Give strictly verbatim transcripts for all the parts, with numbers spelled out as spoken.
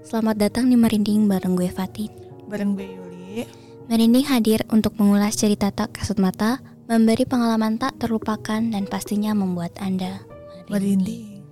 Selamat datang di Merinding bareng gue Fatin. Bareng gue Yuli. Merinding hadir untuk mengulas cerita tak kasut mata, memberi pengalaman tak terlupakan, dan pastinya membuat Anda merinding.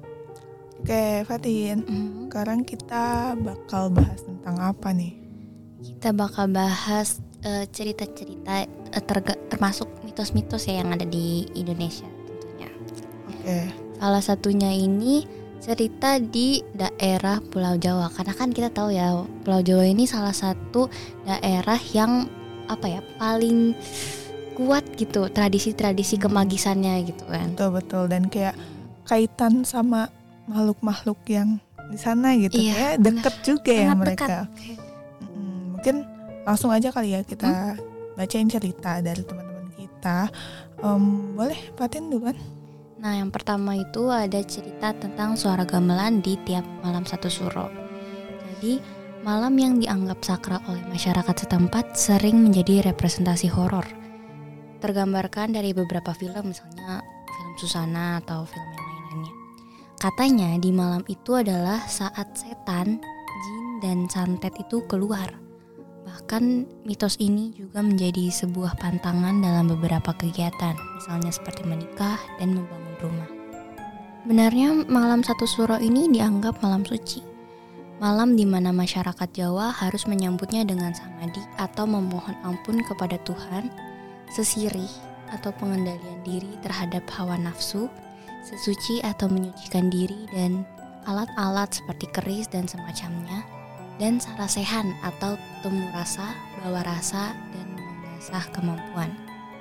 Oke Fatin, mm. sekarang kita bakal bahas tentang apa nih? Kita bakal bahas uh, cerita-cerita uh, terga- termasuk mitos-mitos ya yang ada di Indonesia tentunya. Oke. Salah satunya ini cerita di daerah Pulau Jawa, karena kan kita tahu ya Pulau Jawa ini salah satu daerah yang apa ya paling kuat gitu tradisi-tradisi kemagisannya gitu kan. Betul betul dan kayak kaitan sama makhluk-makhluk yang di sana gitu iya, ya deket bener. Juga ya mereka. Dekat. Hmm, mungkin langsung aja kali ya kita hmm? bacain cerita dari teman-teman kita. Um, boleh Fatin duluan? Nah, yang pertama itu ada cerita tentang suara gamelan di tiap malam satu suro. Jadi, malam yang dianggap sakral oleh masyarakat setempat sering menjadi representasi horor. Tergambarkan dari beberapa film, misalnya film Susana atau film yang lain-lainnya. Katanya di malam itu adalah saat setan, jin, dan santet itu keluar. Bahkan mitos ini juga menjadi sebuah pantangan dalam beberapa kegiatan, misalnya seperti menikah dan membangun rumah. Benarnya malam satu suro ini dianggap malam suci. Malam di mana masyarakat Jawa harus menyambutnya dengan samadi atau memohon ampun kepada Tuhan, sesirih atau pengendalian diri terhadap hawa nafsu, sesuci atau menyucikan diri dan alat-alat seperti keris dan semacamnya, dan sarasehan atau temu rasa, bawa rasa, dan mengasah kemampuan.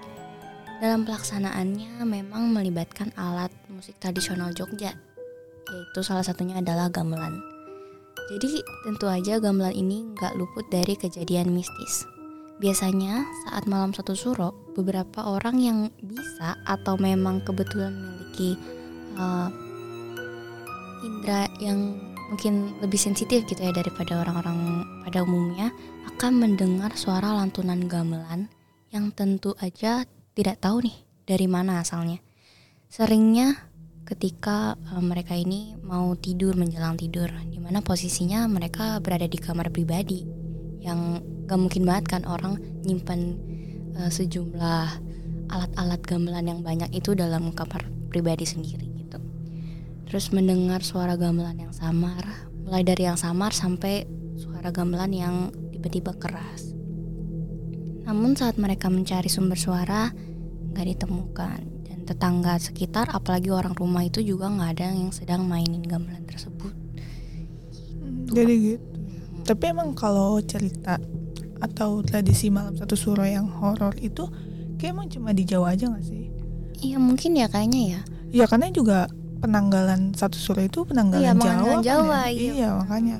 Dalam pelaksanaannya memang melibatkan alat musik tradisional Jogja, yaitu salah satunya adalah gamelan. Jadi tentu aja gamelan ini gak luput dari kejadian mistis. Biasanya saat malam satu suro, beberapa orang yang bisa atau memang kebetulan memiliki uh, indera yang mungkin lebih sensitif gitu ya daripada orang-orang pada umumnya, akan mendengar suara lantunan gamelan yang tentu aja tidak tahu nih dari mana asalnya. Seringnya ketika uh, mereka ini mau tidur menjelang tidur, di mana posisinya mereka berada di kamar pribadi, yang gak mungkin banget kan orang nyimpan uh, sejumlah alat-alat gamelan yang banyak itu dalam kamar pribadi sendiri gitu. Terus mendengar suara gamelan yang samar, mulai dari yang samar sampai suara gamelan yang tiba-tiba keras. Namun saat mereka mencari sumber suara gak ditemukan, dan tetangga sekitar apalagi orang rumah itu juga gak ada yang sedang mainin gamelan tersebut gitu. Jadi gitu. Tapi emang kalau cerita atau tradisi malam satu suro yang horor itu kayak emang cuma di Jawa aja gak sih? Iya mungkin ya kayaknya ya. Iya karena juga penanggalan satu suro itu penanggalan iya, Jawa, Jawa kan ya? iya. Iya makanya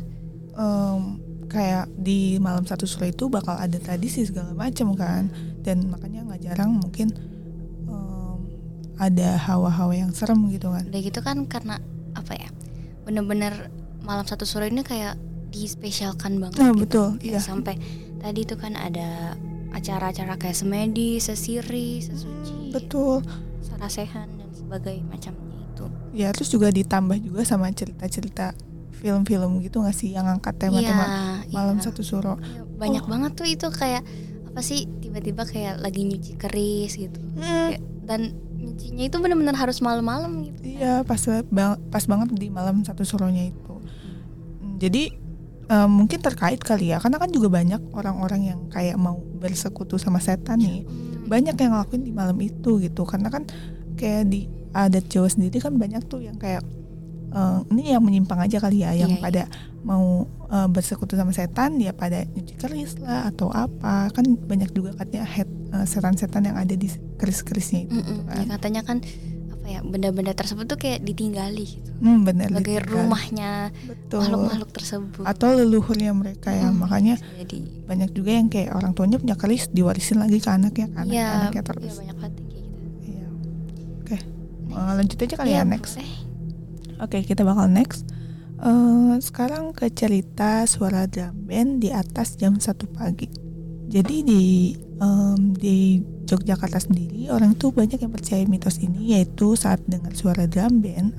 um, kayak di malam satu suro itu bakal ada tradisi segala macam kan, dan makanya nggak jarang mungkin um, ada hawa-hawa yang serem gitu kan. Udah gitu kan karena apa ya, bener-bener malam satu suro ini kayak dispesialkan banget nah, gitu. Betul, ya, iya. Sampai tadi itu kan ada acara-acara kayak semedi, sesiri, sesuci, betul, sarasehan dan sebagainya macamnya itu. Ya terus juga ditambah juga sama cerita-cerita film-film gitu nggak sih yang angkat tema-tema iya, malam iya. satu suro. Iya, banyak oh. banget tuh itu kayak apa sih, tiba-tiba kayak lagi nyuci keris gitu. Hmm. Kayak, dan nyucinya itu benar-benar harus malam-malam gitu. Iya pas pas banget di malam satu suronya itu. Jadi um, mungkin terkait kali ya, karena kan juga banyak orang-orang yang kayak mau bersekutu sama setan nih. Hmm. Banyak yang ngelakuin di malam itu gitu, karena kan kayak di adat Jawa sendiri kan banyak tuh yang kayak Uh, ini yang menyimpang aja kali ya, yang iya, pada iya. mau uh, bersekutu sama setan, dia pada nyuci keris lah atau apa, kan banyak juga katanya head uh, setan-setan yang ada di keris-kerisnya itu. Gitu kan. Ya, katanya kan apa ya, benda-benda tersebut tuh kayak ditinggali gitu. Hmm, benar. Sebagai ditinggali. rumahnya Betul. makhluk-makhluk tersebut. Atau leluhurnya mereka ya, hmm, makanya jadi banyak juga yang kayak orang tuanya punya keris diwarisin lagi ke anaknya, ke anak, ya, anaknya terus. Iya banyak banget kayak gitu. Iya. Oke, uh, lanjut aja kali ya, ya next. Boleh. Oke, kita bakal next. Uh, sekarang ke cerita suara drum band di atas jam satu pagi. Jadi di um, di Yogyakarta sendiri orang tuh banyak yang percaya mitos ini, yaitu saat dengar suara drum band artinya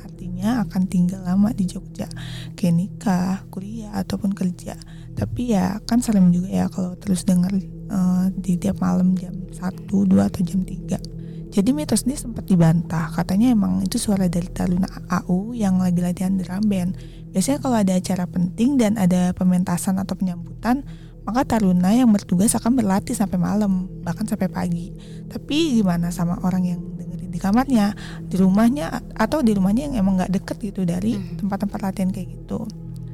nantinya akan tinggal lama di Jogja, kayak nikah, kuliah ataupun kerja. Tapi ya kan serem juga ya kalau terus denger uh, di tiap malam jam satu, dua atau jam tiga. Jadi mitos ini sempat dibantah, katanya emang itu suara dari taruna A U yang lagi latihan drum band. Biasanya kalau ada acara penting dan ada pementasan atau penyambutan, maka taruna yang bertugas akan berlatih sampai malam, bahkan sampai pagi. Tapi gimana sama orang yang dengerin di kamarnya, di rumahnya, atau di rumahnya yang emang gak deket gitu dari tempat-tempat latihan kayak gitu.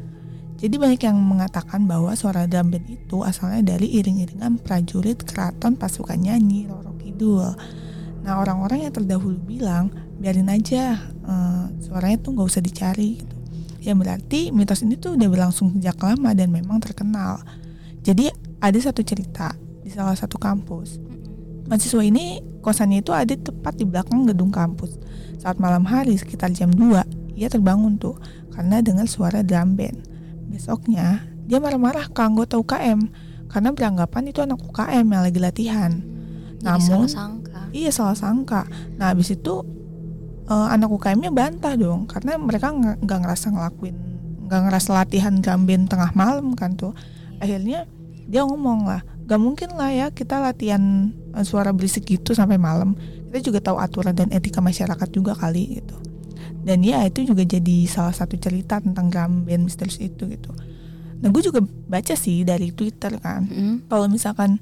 Jadi banyak yang mengatakan bahwa suara drum band itu asalnya dari iring-iringan prajurit keraton pasukan Nyi Roro Kidul. Nah, orang-orang yang terdahulu bilang biarin aja, uh, suaranya tuh gak usah dicari gitu. Ya berarti mitos ini tuh udah berlangsung sejak lama dan memang terkenal. Jadi ada satu cerita di salah satu kampus. Mahasiswa ini kosannya itu ada tepat di belakang gedung kampus. Saat malam hari sekitar jam dua, ia terbangun tuh karena dengar suara drum band. Besoknya dia marah-marah ke anggota U K M karena beranggapan itu anak U K M yang lagi latihan. Jadi Namun salah sangka. Iya salah sangka. Nah habis itu uh, anak U K M-nya bantah dong, karena mereka nggak nggak ngerasa ngelakuin, nggak ngerasa latihan drum band tengah malam kan tuh. Akhirnya dia ngomong lah, gak mungkin lah ya kita latihan uh, suara berisik gitu sampai malam. Kita juga tahu aturan dan etika masyarakat juga kali gitu. Dan ya itu juga jadi salah satu cerita tentang drum band misterius itu gitu. Nah gue juga baca sih dari Twitter kan, mm-hmm. kalau misalkan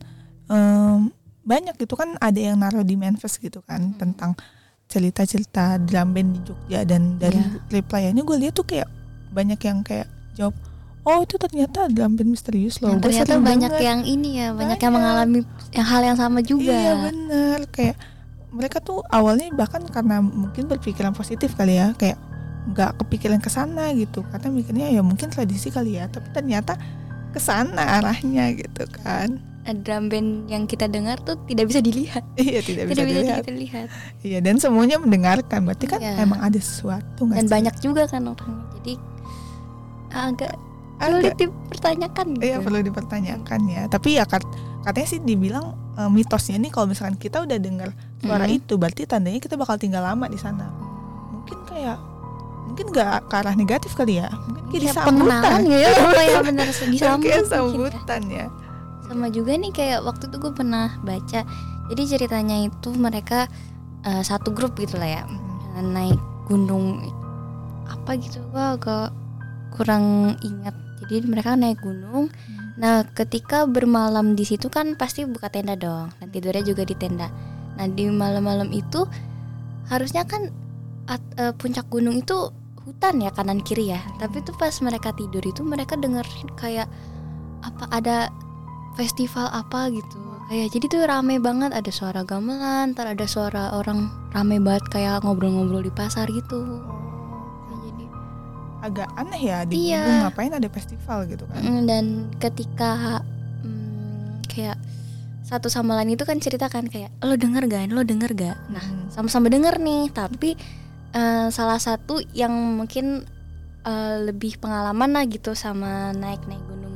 um, banyak gitu kan ada yang naruh di Manifest gitu kan, hmm. tentang cerita-cerita drum band di Jogja, dan dari yeah. reply-nya gue lihat tuh kayak banyak yang kayak jawab, oh itu ternyata drum band misterius loh. Yang ternyata banyak banget. Yang ini ya, banyak, banyak yang mengalami yang hal yang sama juga. Iya benar, kayak mereka tuh awalnya bahkan karena mungkin berpikiran positif kali ya, kayak nggak kepikiran kesana gitu, karena mikirnya ya mungkin tradisi kali ya, tapi ternyata kesana arahnya gitu kan. Drum band yang kita dengar tuh tidak bisa dilihat. Iya, tidak, tidak bisa, bisa dilihat. dilihat. Iya, dan semuanya mendengarkan. Berarti kan iya. emang ada sesuatu. Dan sih? Banyak juga kan orangnya. Jadi agak sulit dipertanyakan gitu. Iya, perlu dipertanyakan ya. Tapi ya kat, katanya sih dibilang e, mitosnya nih kalau misalkan kita udah dengar suara mm-hmm. itu, berarti tandanya kita bakal tinggal lama di sana. Mungkin kayak mungkin nggak ke arah negatif kali ya. Mungkin kayak ya, pengenalan ya. Apa ya benar disambut. Kayak sambutan ya. Sama juga nih kayak waktu itu gue pernah baca, jadi ceritanya itu mereka uh, satu grup gitu lah ya, naik gunung apa gitu, gue agak kurang ingat. Jadi mereka naik gunung, nah ketika bermalam di situ kan pasti buka tenda dong, dan tidurnya juga di tenda. Nah di malam-malam itu harusnya kan at, uh, puncak gunung itu hutan ya kanan kiri ya, tapi tuh pas mereka tidur itu mereka dengerin kayak apa ada festival apa gitu, kayak jadi tuh rame banget, ada suara gamelan, ntar ada suara orang rame banget kayak ngobrol-ngobrol di pasar gitu. Nah, jadi agak aneh ya di iya. gunung ngapain ada festival gitu kan. Dan ketika hmm, kayak satu sama lain itu kan ceritakan kayak lo denger gak, lo denger gak. Nah hmm. sama-sama denger nih, tapi uh, salah satu yang mungkin uh, lebih pengalaman lah gitu sama naik-naik gunung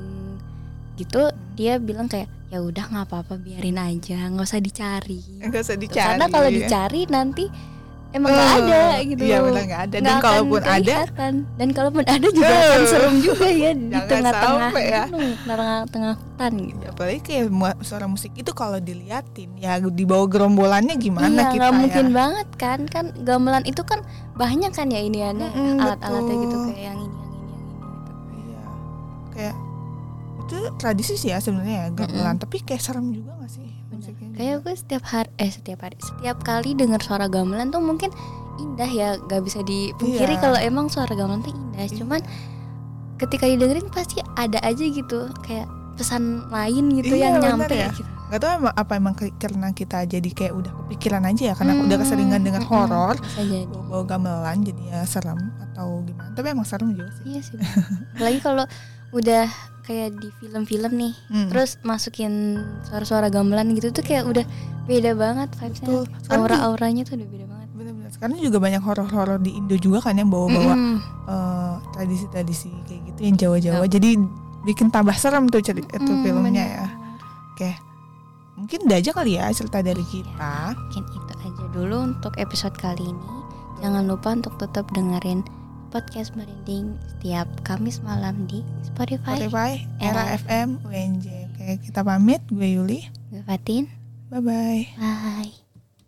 gitu, dia bilang kayak ya udah nggak apa-apa, biarin aja, nggak usah dicari. Nggak usah dicari. Karena kalau ya. dicari nanti emang nggak uh, ada gitu. Iya benar nggak ada. Dan kalaupun ada, dan kalaupun ada juga uh, akan serem juga ya di tengah-tengah ya. tengah-tengah hutan gitu. Ya, apalagi kayak suara musik itu kalau diliatin ya di bawah gerombolannya gimana iya, kita gak ya. mungkin banget kan, kan gamelan itu kan banyak kan ya ini ya, mm, alat-alatnya betul. gitu kayak yang ini yang ini yang ini gitu. Iya. Kayak itu tradisi sih ya sebenarnya ya gamelan, mm-hmm. tapi kayak serem juga nggak sih musiknya? Kayak gue setiap hari eh setiap hari setiap kali dengar suara gamelan tuh mungkin indah ya, gak bisa dipungkiri iya. kalau emang suara gamelan tuh indah. Iya. Cuman ketika didengerin pasti ada aja gitu kayak pesan lain gitu iya, yang nyampe ya. Gitu. Gak tau emang, apa emang karena kita jadi kayak udah kepikiran aja ya, karena hmm, udah keseringan dengar hmm, horor, bawa gamelan jadi ya serem atau gimana. Tapi emang serem juga sih. Iya sih. Apalagi kalau udah kayak di film-film nih, hmm. terus masukin suara-suara gamelan gitu tuh kayak udah beda banget vibes-nya. Aura-auranya tuh udah beda banget. Bener-bener. Sekarang juga banyak horor-horor di Indo juga kan yang bawa-bawa mm. uh, tradisi-tradisi kayak gitu yang Jawa-Jawa. Yep. Jadi bikin tambah serem tuh cerita itu mm, filmnya bener. Ya. Oke. Mungkin udah aja kali ya cerita dari kita. Ya, mungkin itu aja dulu untuk episode kali ini. Jangan lupa untuk tetap dengerin podcast Merinding setiap Kamis malam di Spotify, Spotify Era Era F M U N J. Oke, kita pamit. Gue Yuli. Gue Fatin. Bye bye. Bye.